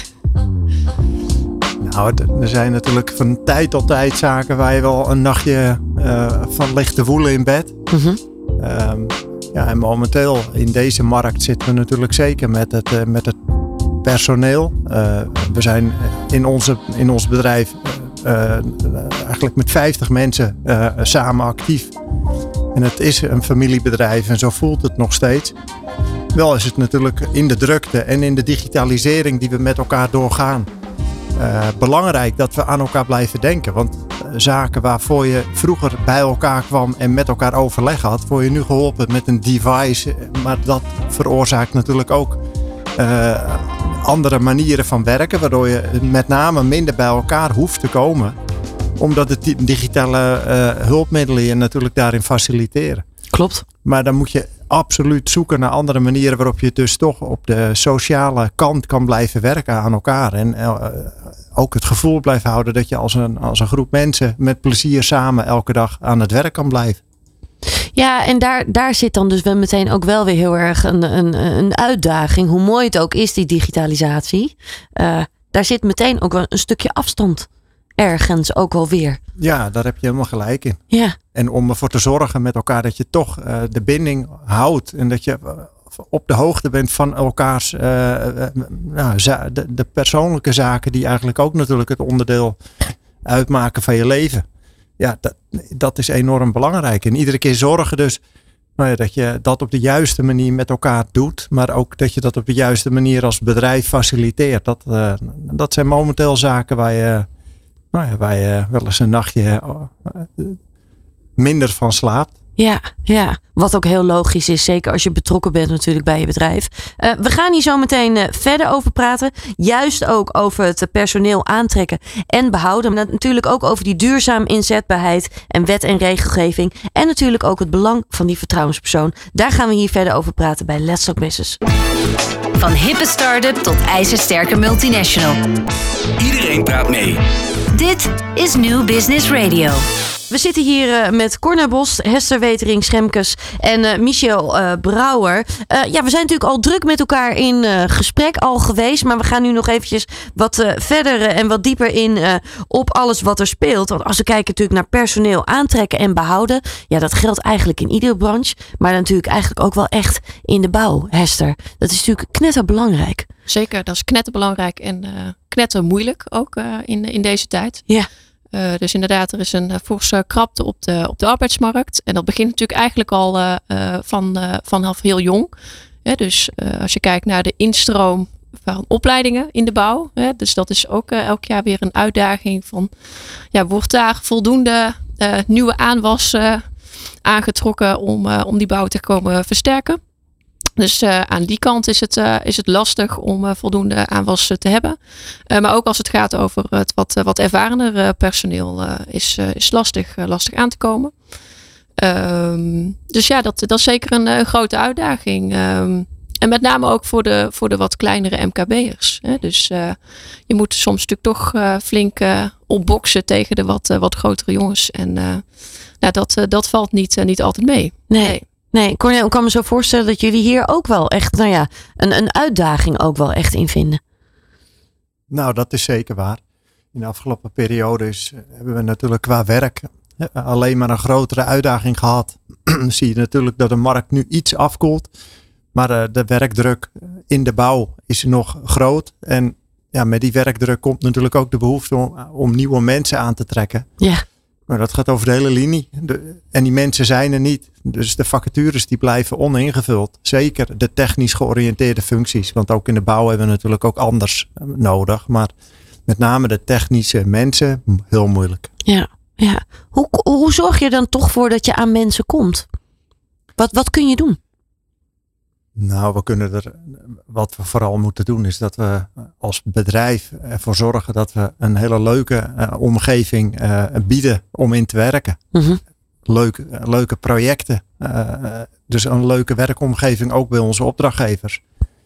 Nou, er zijn natuurlijk van tijd tot tijd zaken waar je wel een nachtje uh, van ligt te woelen in bed. Mm-hmm. Um, ja, en momenteel in deze markt zitten we natuurlijk zeker met het, uh, met het personeel. Uh, we zijn in, onze, in ons bedrijf uh, eigenlijk met vijftig mensen uh, samen actief. En het is een familiebedrijf en zo voelt het nog steeds. Wel is het natuurlijk in de drukte en in de digitalisering die we met elkaar doorgaan. Uh, belangrijk dat we aan elkaar blijven denken. Want uh, zaken waarvoor je vroeger bij elkaar kwam en met elkaar overleg had, word je nu geholpen met een device. Maar dat veroorzaakt natuurlijk ook uh, andere manieren van werken. Waardoor je met name minder bij elkaar hoeft te komen. Omdat de digitale uh, hulpmiddelen je natuurlijk daarin faciliteren. Klopt. Maar dan moet je absoluut zoeken naar andere manieren waarop je dus toch op de sociale kant kan blijven werken aan elkaar. En uh, ook het gevoel blijft houden dat je als een, als een groep mensen met plezier samen elke dag aan het werk kan blijven. Ja, en daar, daar zit dan dus wel meteen ook wel weer heel erg een, een, een uitdaging. Hoe mooi het ook is, die digitalisatie. Uh, daar zit meteen ook wel een stukje afstand. Ergens ook wel weer. Ja, daar heb je helemaal gelijk in. Ja. En om ervoor te zorgen met elkaar dat je toch uh, de binding houdt. En dat je op de hoogte bent van elkaars uh, uh, nou, za- de, de persoonlijke zaken. Die eigenlijk ook natuurlijk het onderdeel uitmaken van je leven. Ja, dat, dat is enorm belangrijk. En iedere keer zorgen dus nou ja, dat je dat op de juiste manier met elkaar doet. Maar ook dat je dat op de juiste manier als bedrijf faciliteert. Dat, uh, dat zijn momenteel zaken waar je... Nou ja, waar je wel eens een nachtje minder van slaapt. Ja, ja, wat ook heel logisch is. Zeker als je betrokken bent natuurlijk bij je bedrijf. Uh, we gaan hier zo meteen uh, verder over praten. Juist ook over het personeel aantrekken en behouden. Maar natuurlijk ook over die duurzaam inzetbaarheid en wet en regelgeving. En natuurlijk ook het belang van die vertrouwenspersoon. Daar gaan we hier verder over praten bij Let's Talk Business. Van hippe start-up tot ijzersterke multinational. Iedereen praat mee. Dit is New Business Radio. We zitten hier uh, met Cornel Bos, Hester Wetering-Schemkes en uh, Michel uh, Brouwer. Uh, ja, we zijn natuurlijk al druk met elkaar in uh, gesprek al geweest. Maar we gaan nu nog eventjes wat uh, verder uh, en wat dieper in uh, op alles wat er speelt. Want als we kijken natuurlijk naar personeel aantrekken en behouden. Ja, dat geldt eigenlijk in iedere branche. Maar natuurlijk eigenlijk ook wel echt in de bouw, Hester. Dat is natuurlijk knetterbelangrijk. Zeker, dat is knetterbelangrijk en uh, knettermoeilijk ook uh, in, in deze tijd. Ja. Uh, dus inderdaad, er is een uh, forse krapte op de, op de arbeidsmarkt. En dat begint natuurlijk eigenlijk al uh, uh, van, uh, vanaf heel jong. Ja, dus uh, als je kijkt naar de instroom van opleidingen in de bouw. Ja, dus dat is ook uh, elk jaar weer een uitdaging van, ja, wordt daar voldoende uh, nieuwe aanwas uh, aangetrokken om, uh, om die bouw te komen versterken. Dus uh, aan die kant is het, uh, is het lastig om uh, voldoende aanwas te hebben. Uh, maar ook als het gaat over het wat, uh, wat ervarener uh, personeel uh, is, uh, is lastig, uh, lastig aan te komen. Um, dus ja, dat, dat is zeker een, een grote uitdaging. Um, en met name ook voor de, voor de wat kleinere M K B'ers. Hè? Dus uh, je moet soms natuurlijk toch uh, flink uh, opboksen tegen de wat, uh, wat grotere jongens. En uh, nou, dat, uh, dat valt niet, uh, niet altijd mee. Nee. nee. Nee, Cornel, ik kan me zo voorstellen dat jullie hier ook wel echt, nou ja, een, een uitdaging ook wel echt in vinden. Nou, dat is zeker waar. In de afgelopen periode is, hebben we natuurlijk qua werk alleen maar een grotere uitdaging gehad. Zie je natuurlijk dat de markt nu iets afkoelt. Maar uh, de werkdruk in de bouw is nog groot. En ja, met die werkdruk komt natuurlijk ook de behoefte om, om nieuwe mensen aan te trekken. Ja. Maar dat gaat over de hele linie. De, en die mensen zijn er niet. Dus de vacatures die blijven oningevuld. Zeker de technisch georiënteerde functies. Want ook in de bouw hebben we natuurlijk ook anders nodig. Maar met name de technische mensen, heel moeilijk. Ja, ja. Hoe, hoe zorg je dan toch voor dat je aan mensen komt? Wat, wat kun je doen? Nou, we kunnen er, wat we vooral moeten doen is dat we als bedrijf ervoor zorgen dat we een hele leuke uh, omgeving uh, bieden om in te werken. Mm-hmm. Leuke, uh, leuke projecten. Uh, dus een leuke werkomgeving ook bij onze opdrachtgevers.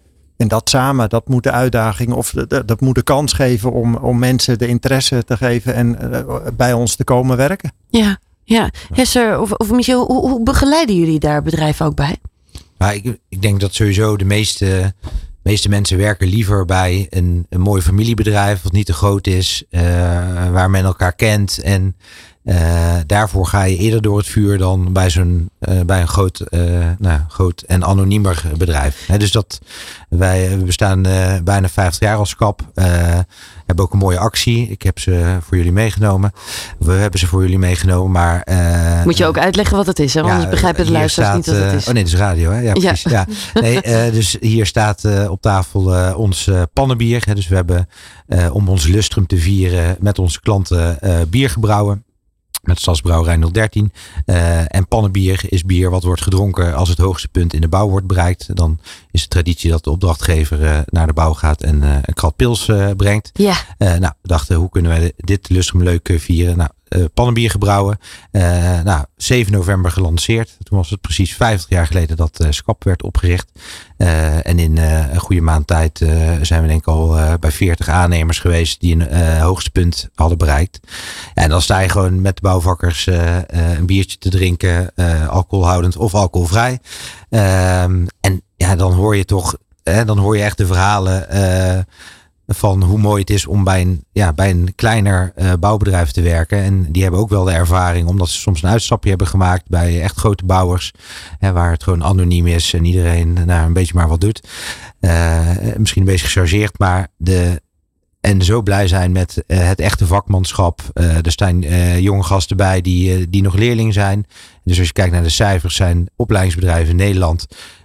En dat samen, dat moet de uitdaging of de, de, dat moet de kans geven om, om mensen de interesse te geven en uh, bij ons te komen werken. Ja, ja. Hester of, of Michiel, hoe, hoe begeleiden jullie daar bedrijven ook bij? Maar ik, ik denk dat sowieso de meeste, meeste mensen werken liever bij een, een mooi familiebedrijf wat niet te groot is, uh, waar men elkaar kent. En uh, daarvoor ga je eerder door het vuur dan bij zo'n uh, bij een groot, uh, nou, groot en anoniemer bedrijf. He, dus dat wij we bestaan uh, bijna vijftig jaar als Skap. Uh, hebben ook een mooie actie. Ik heb ze voor jullie meegenomen. We hebben ze voor jullie meegenomen, maar uh, moet je ook uitleggen wat het is, hè? Want ja, anders begrijpen de luisteraars niet wat het is. Oh nee, dat is radio, hè? Ja, precies. Ja. Ja. Nee, uh, dus hier staat uh, op tafel uh, ons uh, pannenbier. Hè? Dus we hebben uh, om ons lustrum te vieren met onze klanten uh, bier gebrouwen. Met Stadsbrouwerij nul dertien. Uh, en pannenbier is bier wat wordt gedronken als het hoogste punt in de bouw wordt bereikt. Dan is de traditie dat de opdrachtgever uh, naar de bouw gaat en uh, een krat pils uh, brengt. Ja. Uh, nou, we dachten, hoe kunnen wij dit lustrum leuk uh, vieren? Nou, uh, pannenbier gebrouwen. Uh, nou, zeven november gelanceerd. Toen was het precies vijftig jaar geleden dat uh, Skap werd opgericht. Uh, en in uh, een goede maand tijd uh, zijn we denk ik al uh, bij veertig aannemers geweest die een uh, hoogste punt hadden bereikt. Ja, en dan sta je gewoon met de bouwvakkers uh, uh, een biertje te drinken, uh, alcoholhoudend of alcoholvrij. Uh, en ja, dan hoor je toch, uh, dan hoor je echt de verhalen uh, van hoe mooi het is om bij een, ja, bij een kleiner uh, bouwbedrijf te werken. En die hebben ook wel de ervaring, omdat ze soms een uitstapje hebben gemaakt bij echt grote bouwers. Hè, waar het gewoon anoniem is en iedereen nou, een beetje maar wat doet. Uh, misschien een beetje gechargeerd, maar de... En zo blij zijn met uh, het echte vakmanschap. Uh, er staan uh, jonge gasten bij die, uh, die nog leerling zijn. Dus als je kijkt naar de cijfers, zijn opleidingsbedrijven in Nederland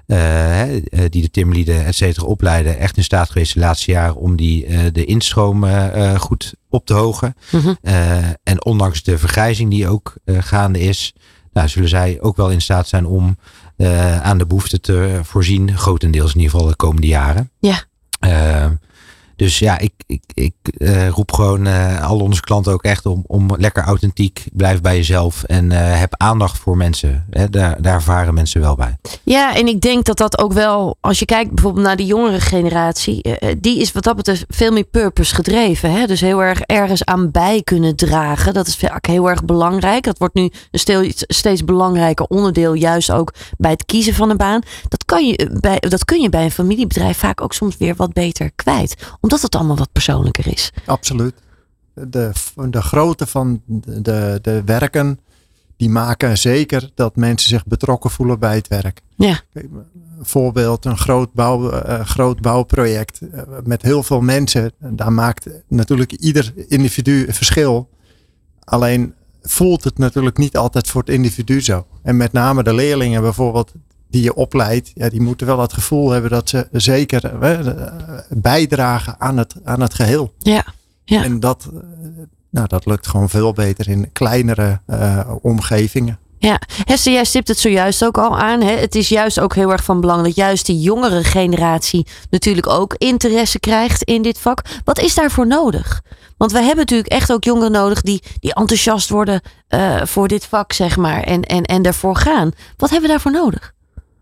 Uh, uh, die de timlieden et cetera opleiden, echt in staat geweest de laatste jaren om die, uh, de instroom uh, goed op te hogen. Mm-hmm. Uh, en ondanks de vergrijzing die ook uh, gaande is, nou, zullen zij ook wel in staat zijn om uh, aan de behoeften te voorzien, grotendeels in ieder geval de komende jaren. Ja. Uh, Dus ja, ik, ik, ik uh, roep gewoon uh, al onze klanten ook echt om, om lekker authentiek, blijf bij jezelf en uh, heb aandacht voor mensen. Hè, daar, daar varen mensen wel bij. Ja, en ik denk dat dat ook wel, als je kijkt bijvoorbeeld naar de jongere generatie, uh, die is wat dat betreft veel meer purpose gedreven. Hè? Dus heel erg ergens aan bij kunnen dragen. Dat is vaak heel erg belangrijk. Dat wordt nu een steeds, steeds belangrijker onderdeel, juist ook bij het kiezen van een baan. Dat kan je bij, dat kun je bij een familiebedrijf vaak ook soms weer wat beter kwijt. Omdat het allemaal wat persoonlijker is. Absoluut. De, de grootte van de, de, de werken, die maken zeker dat mensen zich betrokken voelen bij het werk. Ja. Voorbeeld, een groot, bouw, uh, groot bouwproject uh, met heel veel mensen. Daar maakt natuurlijk ieder individu een verschil. Alleen voelt het natuurlijk niet altijd voor het individu zo. En met name de leerlingen bijvoorbeeld die je opleidt, ja, die moeten wel het gevoel hebben dat ze zeker uh, bijdragen aan het, aan het geheel. Ja, ja. En dat, uh, nou, dat lukt gewoon veel beter in kleinere uh, omgevingen. Ja, Hester, jij stipt het zojuist ook al aan. Hè? Het is juist ook heel erg van belang dat juist die jongere generatie natuurlijk ook interesse krijgt in dit vak. Wat is daarvoor nodig? Want we hebben natuurlijk echt ook jongeren nodig die, die enthousiast worden uh, voor dit vak, zeg maar. En, en, en daarvoor gaan. Wat hebben we daarvoor nodig?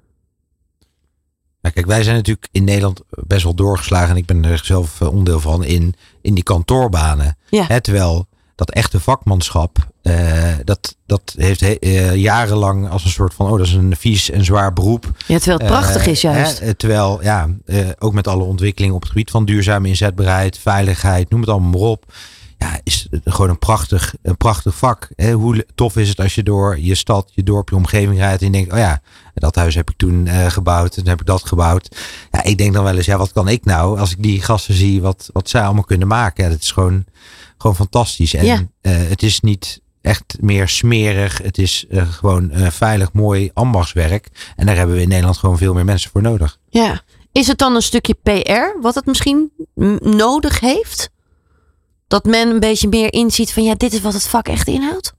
Nou, kijk, wij zijn natuurlijk in Nederland best wel doorgeslagen. En ik ben er zelf onderdeel van in, in die kantoorbanen. Ja. Hè, terwijl dat echte vakmanschap, uh, dat, dat heeft he, uh, jarenlang als een soort van, oh, dat is een vies en zwaar beroep. Ja, terwijl het prachtig uh, is juist. Hè, terwijl, ja, uh, ook met alle ontwikkelingen op het gebied van duurzame inzetbaarheid, veiligheid, noem het allemaal maar op. Ja, is het gewoon een prachtig, een prachtig vak. Hè? Hoe tof is het als je door je stad, je dorp, je omgeving rijdt en je denkt, oh ja, dat huis heb ik toen uh, gebouwd en dan heb ik dat gebouwd. Ja, ik denk dan wel eens, ja, wat kan ik nou als ik die gasten zie, wat, wat zij allemaal kunnen maken. Ja, dat is gewoon, gewoon fantastisch. En ja. uh, het is niet echt meer smerig. Het is uh, gewoon uh, veilig, mooi ambachtswerk. En daar hebben we in Nederland gewoon veel meer mensen voor nodig. Ja. Is het dan een stukje P R wat het misschien m- nodig heeft? Dat men een beetje meer inziet van ja, dit is wat het vak echt inhoudt?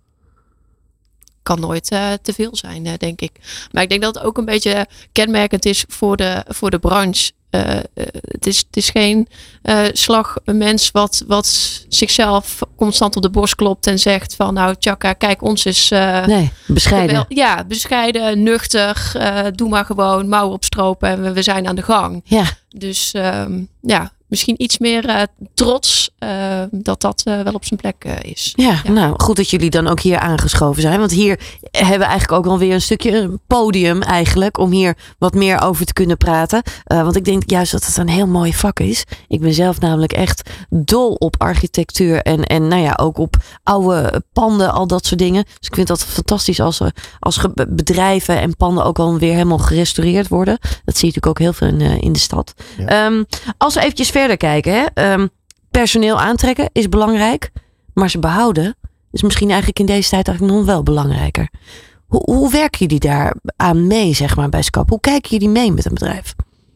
Kan nooit uh, te veel zijn, uh, denk ik. Maar ik denk dat het ook een beetje kenmerkend is voor de, voor de branche. Uh, uh, het, is, het is geen uh, slag een mens wat, wat zichzelf constant op de borst klopt en zegt van nou tjaka, kijk ons is... Uh, nee, bescheiden. Wel, ja, bescheiden, nuchter, uh, doe maar gewoon mouwen opstropen en we, we zijn aan de gang. Ja. Dus um, ja, misschien iets meer uh, trots uh, dat dat uh, wel op zijn plek uh, is. Ja, ja, nou goed dat jullie dan ook hier aangeschoven zijn. Want hier hebben we eigenlijk ook wel weer een stukje een podium eigenlijk. Om hier wat meer over te kunnen praten. Uh, want ik denk juist dat het een heel mooi vak is. Ik ben zelf namelijk echt dol op architectuur. En, en nou ja, ook op oude panden, al dat soort dingen. Dus ik vind dat fantastisch als, als bedrijven en panden ook alweer helemaal gerestaureerd worden. Dat zie je natuurlijk ook heel veel in, uh, in de stad. Ja. Um, als we eventjes verder kijken. Hè? Um, personeel aantrekken is belangrijk. Maar ze behouden is misschien eigenlijk in deze tijd eigenlijk nog wel belangrijker. Hoe, hoe werken jullie daar aan mee, zeg maar, bij SCAP? Hoe kijken jullie mee met een bedrijf?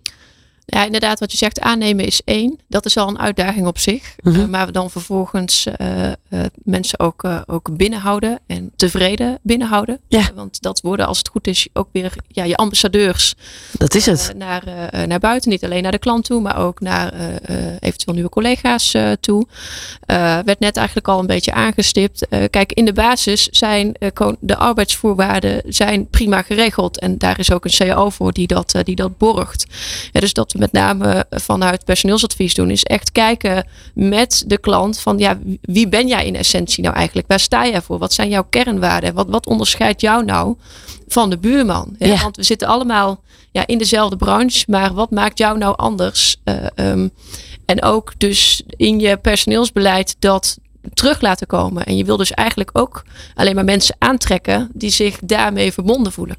Ja, inderdaad, wat je zegt, aannemen is één. Dat is al een uitdaging op zich. Mm-hmm. Uh, maar we dan vervolgens uh, uh, mensen ook, uh, ook binnenhouden en tevreden binnenhouden. Ja. Uh, want dat worden, als het goed is, ook weer ja, je ambassadeurs. Dat is het. Uh, naar, uh, naar buiten, niet alleen naar de klant toe, maar ook naar uh, uh, eventueel nieuwe collega's uh, toe. Uh, werd net eigenlijk al een beetje aangestipt. Uh, kijk, in de basis zijn uh, de arbeidsvoorwaarden zijn prima geregeld. En daar is ook een C A O voor die dat, uh, die dat borgt. Ja, dus dat met name vanuit personeelsadvies doen, is echt kijken met de klant van ja, wie ben jij in essentie nou eigenlijk? Waar sta jij voor? Wat zijn jouw kernwaarden? Wat, wat onderscheidt jou nou van de buurman? Ja. Want we zitten allemaal ja, in dezelfde branche, maar wat maakt jou nou anders? Uh, um, en ook dus in je personeelsbeleid dat terug laten komen. En je wil dus eigenlijk ook alleen maar mensen aantrekken die zich daarmee verbonden voelen.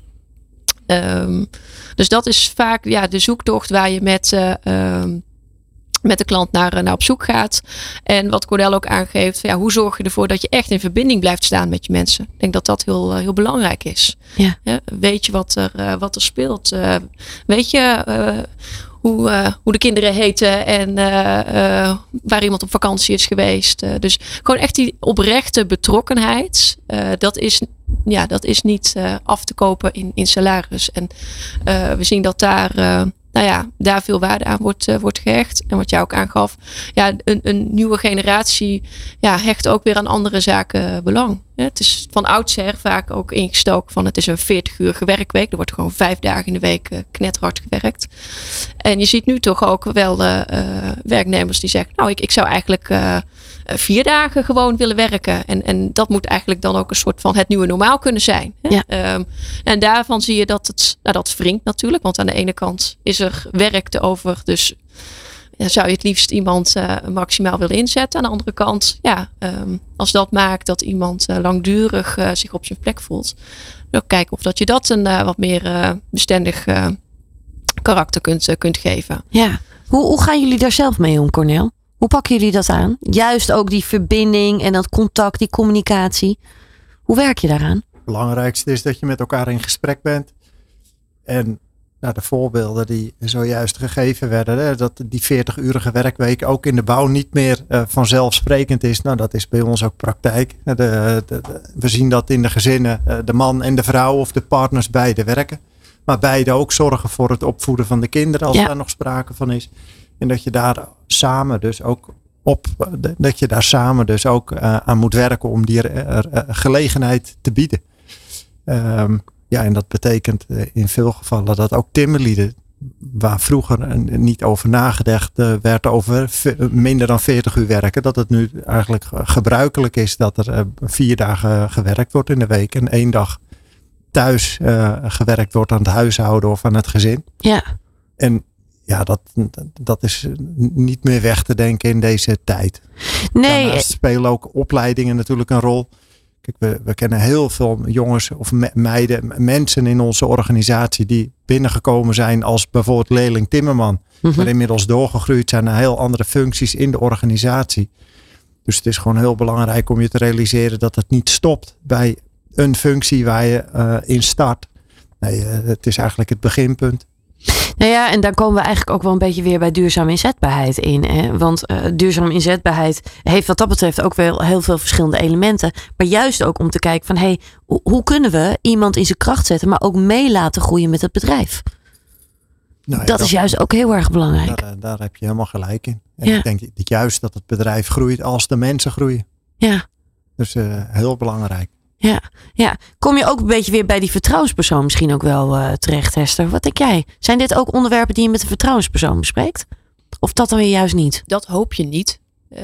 Um, dus dat is vaak ja, de zoektocht waar je met, uh, um, met de klant naar, naar op zoek gaat. En wat Cordel ook aangeeft, ja, hoe zorg je ervoor dat je echt in verbinding blijft staan met je mensen? Ik denk dat dat heel, heel belangrijk is. Ja. Ja, weet je wat er, uh, wat er speelt? Uh, weet je uh, hoe, uh, hoe de kinderen heten en uh, uh, waar iemand op vakantie is geweest? Uh, dus gewoon echt die oprechte betrokkenheid. Uh, dat is... Ja, dat is niet uh, af te kopen in, in salaris. En uh, we zien dat daar, uh, nou ja, daar veel waarde aan wordt, uh, wordt gehecht. En wat jij ook aangaf, ja, een, een nieuwe generatie ja, hecht ook weer aan andere zaken belang. Ja, het is van oudsher vaak ook ingestoken van het is een veertig uur werkweek. Er wordt gewoon vijf dagen in de week uh, knetterhard gewerkt. En je ziet nu toch ook wel uh, uh, werknemers die zeggen, nou, ik, ik zou eigenlijk uh, vier dagen gewoon willen werken. En, en dat moet eigenlijk dan ook een soort van het nieuwe normaal kunnen zijn. Hè? Ja. Um, en daarvan zie je dat het, nou dat wringt natuurlijk. Want aan de ene kant is er werk te over. Dus ja, zou je het liefst iemand uh, maximaal willen inzetten. Aan de andere kant, ja, um, als dat maakt dat iemand uh, langdurig uh, zich op zijn plek voelt. Dan kijken of dat je dat een uh, wat meer uh, bestendig uh, karakter kunt, uh, kunt geven. Ja. Hoe, hoe gaan jullie daar zelf mee om, Cornel? Hoe pakken jullie dat aan? Juist ook die verbinding en dat contact, die communicatie. Hoe werk je daaraan? Het belangrijkste is dat je met elkaar in gesprek bent. En nou, de voorbeelden die zojuist gegeven werden. Hè, dat die veertig-urige werkweek ook in de bouw niet meer uh, vanzelfsprekend is. Nou, dat is bij ons ook praktijk. De, de, de, we zien dat in de gezinnen uh, de man en de vrouw of de partners beide werken. Maar beide ook zorgen voor het opvoeden van de kinderen als ja. daar nog sprake van is. En dat je daar samen dus ook op, dat je daar samen dus ook uh, aan moet werken om die uh, uh, gelegenheid te bieden. Um, ja, en dat betekent uh, in veel gevallen dat ook timmerlieden, waar vroeger uh, niet over nagedacht uh, werd over v- minder dan veertig uur werken, dat het nu eigenlijk gebruikelijk is dat er uh, vier dagen gewerkt wordt in de week en één dag thuis uh, gewerkt wordt aan het huishouden of aan het gezin. Ja. En ja, dat, dat is niet meer weg te denken in deze tijd. Nee. Daarnaast spelen ook opleidingen natuurlijk een rol. Kijk, we, we kennen heel veel jongens of me, meiden, mensen in onze organisatie die binnengekomen zijn als bijvoorbeeld leerling timmerman. Mm-hmm. Maar inmiddels doorgegroeid zijn naar heel andere functies in de organisatie. Dus het is gewoon heel belangrijk om je te realiseren dat het niet stopt bij een functie waar je uh, in start. Nee, uh, het is eigenlijk het beginpunt. Nou ja, en daar komen we eigenlijk ook wel een beetje weer bij duurzame inzetbaarheid in. Hè? Want uh, duurzame inzetbaarheid heeft wat dat betreft ook wel heel veel verschillende elementen. Maar juist ook om te kijken van, hey, hoe, hoe kunnen we iemand in zijn kracht zetten, maar ook mee laten groeien met het bedrijf? Nou ja, dat, dat is juist ook heel erg belangrijk. Daar, daar heb je helemaal gelijk in. En ja. ik denk dat juist dat het bedrijf groeit als de mensen groeien. Ja. Dus uh, heel belangrijk. Ja, ja, kom je ook een beetje weer bij die vertrouwenspersoon misschien ook wel uh, terecht, Hester. Wat denk jij? Zijn dit ook onderwerpen die je met een vertrouwenspersoon bespreekt? Of dat dan weer juist niet? Dat hoop je niet, uh,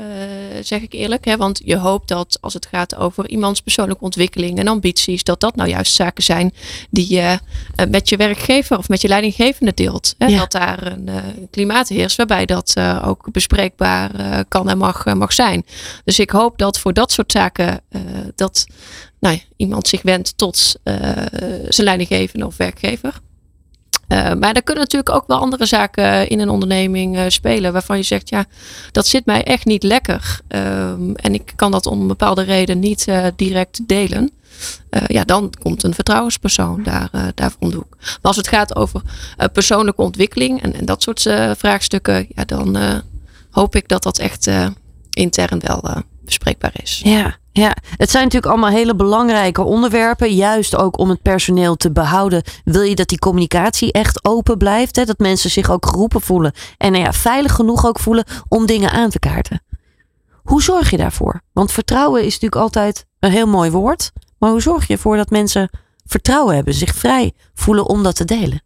zeg ik eerlijk. Hè? Want je hoopt dat als het gaat over iemands persoonlijke ontwikkeling en ambities, dat dat nou juist zaken zijn die je uh, met je werkgever of met je leidinggevende deelt. Hè? Ja. Dat daar een uh, klimaat heerst waarbij dat uh, ook bespreekbaar uh, kan en mag, uh, mag zijn. Dus ik hoop dat voor dat soort zaken uh, dat nou, iemand zich wendt tot uh, zijn leidinggevende of werkgever. Uh, maar er kunnen natuurlijk ook wel andere zaken in een onderneming uh, spelen waarvan je zegt, ja, dat zit mij echt niet lekker. Um, en ik kan dat om een bepaalde reden niet uh, direct delen. Uh, ja, dan komt een vertrouwenspersoon daar, uh, daarvoor om de hoek. Maar als het gaat over uh, persoonlijke ontwikkeling en, en dat soort uh, vraagstukken, ja, dan uh, hoop ik dat dat echt uh, intern wel uh, bespreekbaar is. Ja. Ja, het zijn natuurlijk allemaal hele belangrijke onderwerpen. Juist ook om het personeel te behouden. Wil je dat die communicatie echt open blijft? Hè? Dat mensen zich ook geroepen voelen. En nou ja, veilig genoeg ook voelen om dingen aan te kaarten. Hoe zorg je daarvoor? Want vertrouwen is natuurlijk altijd een heel mooi woord. Maar hoe zorg je ervoor dat mensen vertrouwen hebben? Zich vrij voelen om dat te delen?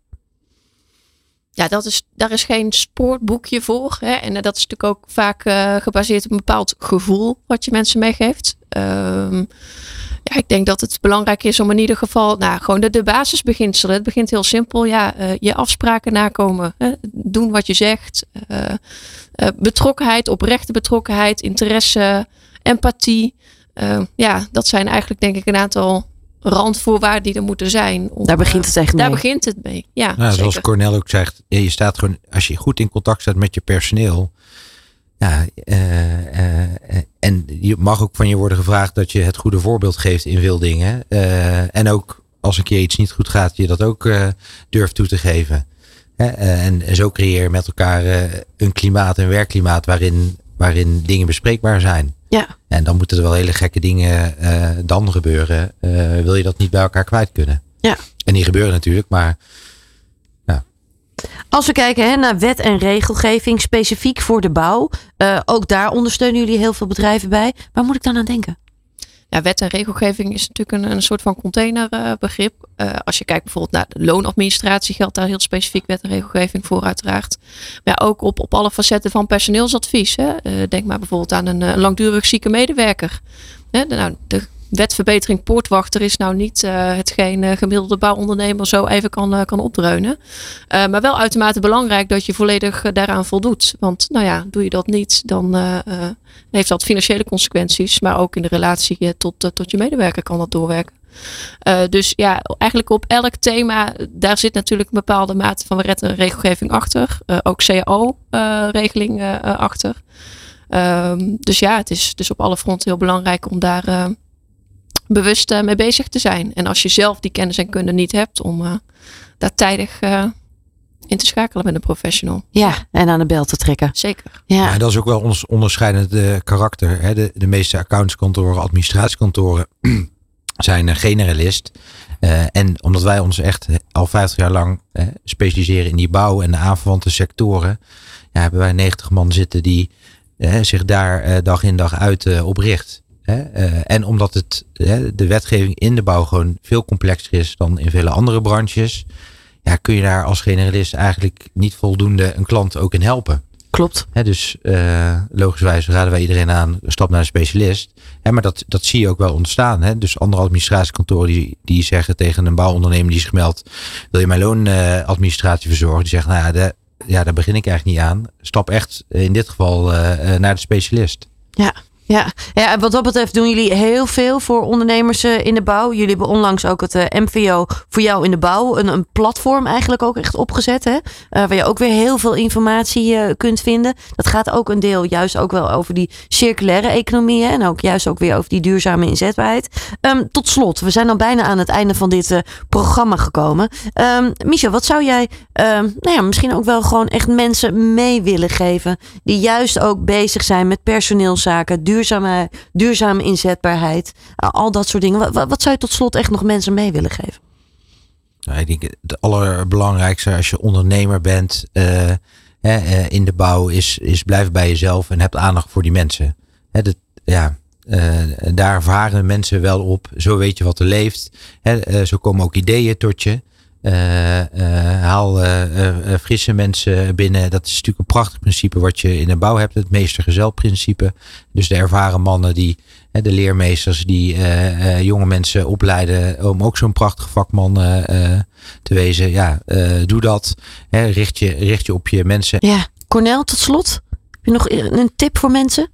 Ja, dat is, daar is geen spoorboekje voor. Hè? En uh, dat is natuurlijk ook vaak uh, gebaseerd op een bepaald gevoel wat je mensen meegeeft. Um, ja, ik denk dat het belangrijk is om in ieder geval, nou, gewoon de, de basisbeginselen. Het begint heel simpel. Ja, uh, je afspraken nakomen. Hè? Doen wat je zegt. Uh, uh, betrokkenheid, oprechte betrokkenheid, interesse, empathie. Uh, ja, dat zijn eigenlijk denk ik een aantal randvoorwaarden die er moeten zijn. Om, daar begint het echt mee. Daar begint het mee. Ja, nou, zoals Cornel ook zegt, je staat gewoon, als je goed in contact staat met je personeel. Ja, uh, uh, en je mag ook van je worden gevraagd dat je het goede voorbeeld geeft in veel dingen. Uh, en ook als een keer iets niet goed gaat, je dat ook uh, durft toe te geven. Uh, en, en zo creëer je met elkaar uh, een klimaat, een werkklimaat waarin, waarin dingen bespreekbaar zijn. Ja. En dan moeten er wel hele gekke dingen uh, dan gebeuren. Uh, wil je dat niet bij elkaar kwijt kunnen? Ja. En die gebeuren natuurlijk, maar ja. Als we kijken hè, naar wet en regelgeving, specifiek voor de bouw. Uh, ook daar ondersteunen jullie heel veel bedrijven bij. Waar moet ik dan aan denken? Ja, wet en regelgeving is natuurlijk een, een soort van containerbegrip. Uh, als je kijkt bijvoorbeeld naar de loonadministratie, geldt daar heel specifiek wet en regelgeving voor uiteraard. Maar ja, ook op, op alle facetten van personeelsadvies. Hè. Uh, denk maar bijvoorbeeld aan een, een langdurig zieke medewerker. Hè, de, nou, de wetverbetering poortwachter is nou niet uh, hetgeen uh, gemiddelde bouwondernemer zo even kan, uh, kan opdreunen. Uh, maar wel uitermate belangrijk dat je volledig uh, daaraan voldoet. Want nou ja, doe je dat niet, dan uh, uh, heeft dat financiële consequenties. Maar ook in de relatie uh, tot, uh, tot je medewerker kan dat doorwerken. Uh, dus ja, eigenlijk op elk thema, daar zit natuurlijk een bepaalde mate van wet en regelgeving achter. Uh, ook C A O-regeling uh, uh, achter. Um, dus ja, het is dus op alle fronten heel belangrijk om daar uh, bewust uh, mee bezig te zijn. En als je zelf die kennis en kunde niet hebt, om uh, daar tijdig uh, in te schakelen met een professional. Ja, en aan de bel te trekken. Zeker. Ja, ja dat is ook wel ons onderscheidend uh, karakter. Hè? De, de meeste accountskantoren, administratiekantoren zijn uh, generalist. Uh, en omdat wij ons echt al vijftig jaar lang uh, specialiseren in die bouw en de aanverwante sectoren, ja, hebben wij negentig man zitten die uh, zich daar uh, dag in dag uit uh, op richt. Hè? Uh, en omdat het, uh, de wetgeving in de bouw gewoon veel complexer is dan in vele andere branches, ja, kun je daar als generalist eigenlijk niet voldoende een klant ook in helpen. Klopt. He, dus uh, logischwijs raden wij iedereen aan, stap naar een specialist. He, maar dat, dat zie je ook wel ontstaan. He. Dus andere administratiekantoren die, die zeggen tegen een bouwondernemer die is gemeld, wil je mijn loonadministratie uh, verzorgen? Die zegt, nou ja, de, ja, daar begin ik eigenlijk niet aan. Stap echt in dit geval uh, uh, naar de specialist. Ja. Ja, ja, en wat dat betreft doen jullie heel veel voor ondernemers in de bouw. Jullie hebben onlangs ook het uh, M V O voor jou in de bouw. Een, een platform eigenlijk ook echt opgezet. Hè? Uh, waar je ook weer heel veel informatie uh, kunt vinden. Dat gaat ook een deel juist ook wel over die circulaire economie. Hè? En ook juist ook weer over die duurzame inzetbaarheid. Um, tot slot, we zijn al bijna aan het einde van dit uh, programma gekomen. Um, Michel, wat zou jij um, nou ja, misschien ook wel gewoon echt mensen mee willen geven. Die juist ook bezig zijn met personeelszaken, Duurzame, duurzame inzetbaarheid. Al dat soort dingen. Wat, wat zou je tot slot echt nog mensen mee willen geven? Nou, ik denk het allerbelangrijkste als je ondernemer bent uh, uh, in de bouw is, is blijf bij jezelf en heb aandacht voor die mensen. Hè, dat, ja, uh, daar varen mensen wel op. Zo weet je wat er leeft. Hè, uh, zo komen ook ideeën tot je. Uh, uh, haal uh, uh, frisse mensen binnen. Dat is natuurlijk een prachtig principe wat je in de bouw hebt. Het meester-gezel-principe. Dus de ervaren mannen, die, uh, de leermeesters die uh, uh, jonge mensen opleiden om ook zo'n prachtig vakman uh, uh, te wezen. Ja, uh, doe dat. Hè, richt, je, richt je op je mensen. Ja, Cornel, tot slot. Heb je nog een tip voor mensen?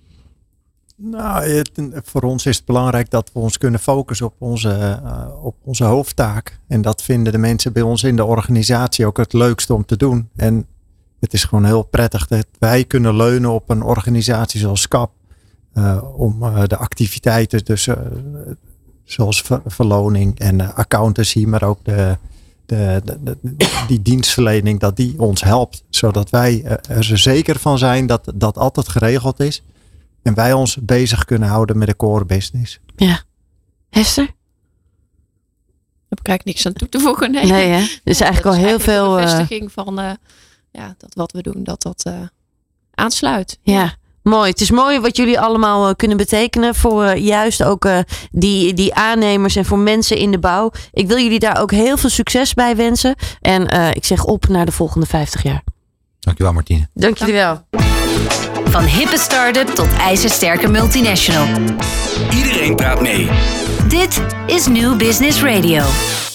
Nou, het, voor ons is het belangrijk dat we ons kunnen focussen op onze, uh, op onze hoofdtaak. En dat vinden de mensen bij ons in de organisatie ook het leukste om te doen. En het is gewoon heel prettig dat wij kunnen leunen op een organisatie zoals S C A P. Uh, om uh, de activiteiten, dus, uh, zoals ver, verloning en uh, accountancy, maar ook de, de, de, de, die dienstverlening, dat die ons helpt. Zodat wij uh, er zeker van zijn dat dat altijd geregeld is. En wij ons bezig kunnen houden met de core business. Ja. Hester? Daar heb ik eigenlijk niks aan toe te voegen. Nee, nee hè? Dus eigenlijk al heel eigenlijk veel... De bevestiging uh... van uh, ja, dat wat we doen, dat dat uh, aansluit. Ja, mooi. Het is mooi wat jullie allemaal uh, kunnen betekenen voor uh, juist ook uh, die, die aannemers en voor mensen in de bouw. Ik wil jullie daar ook heel veel succes bij wensen. En uh, ik zeg op naar de volgende vijftig jaar. Dankjewel, Martine. Dank jullie wel. Van hippe start-up tot ijzersterke multinational. Iedereen praat mee. Dit is New Business Radio.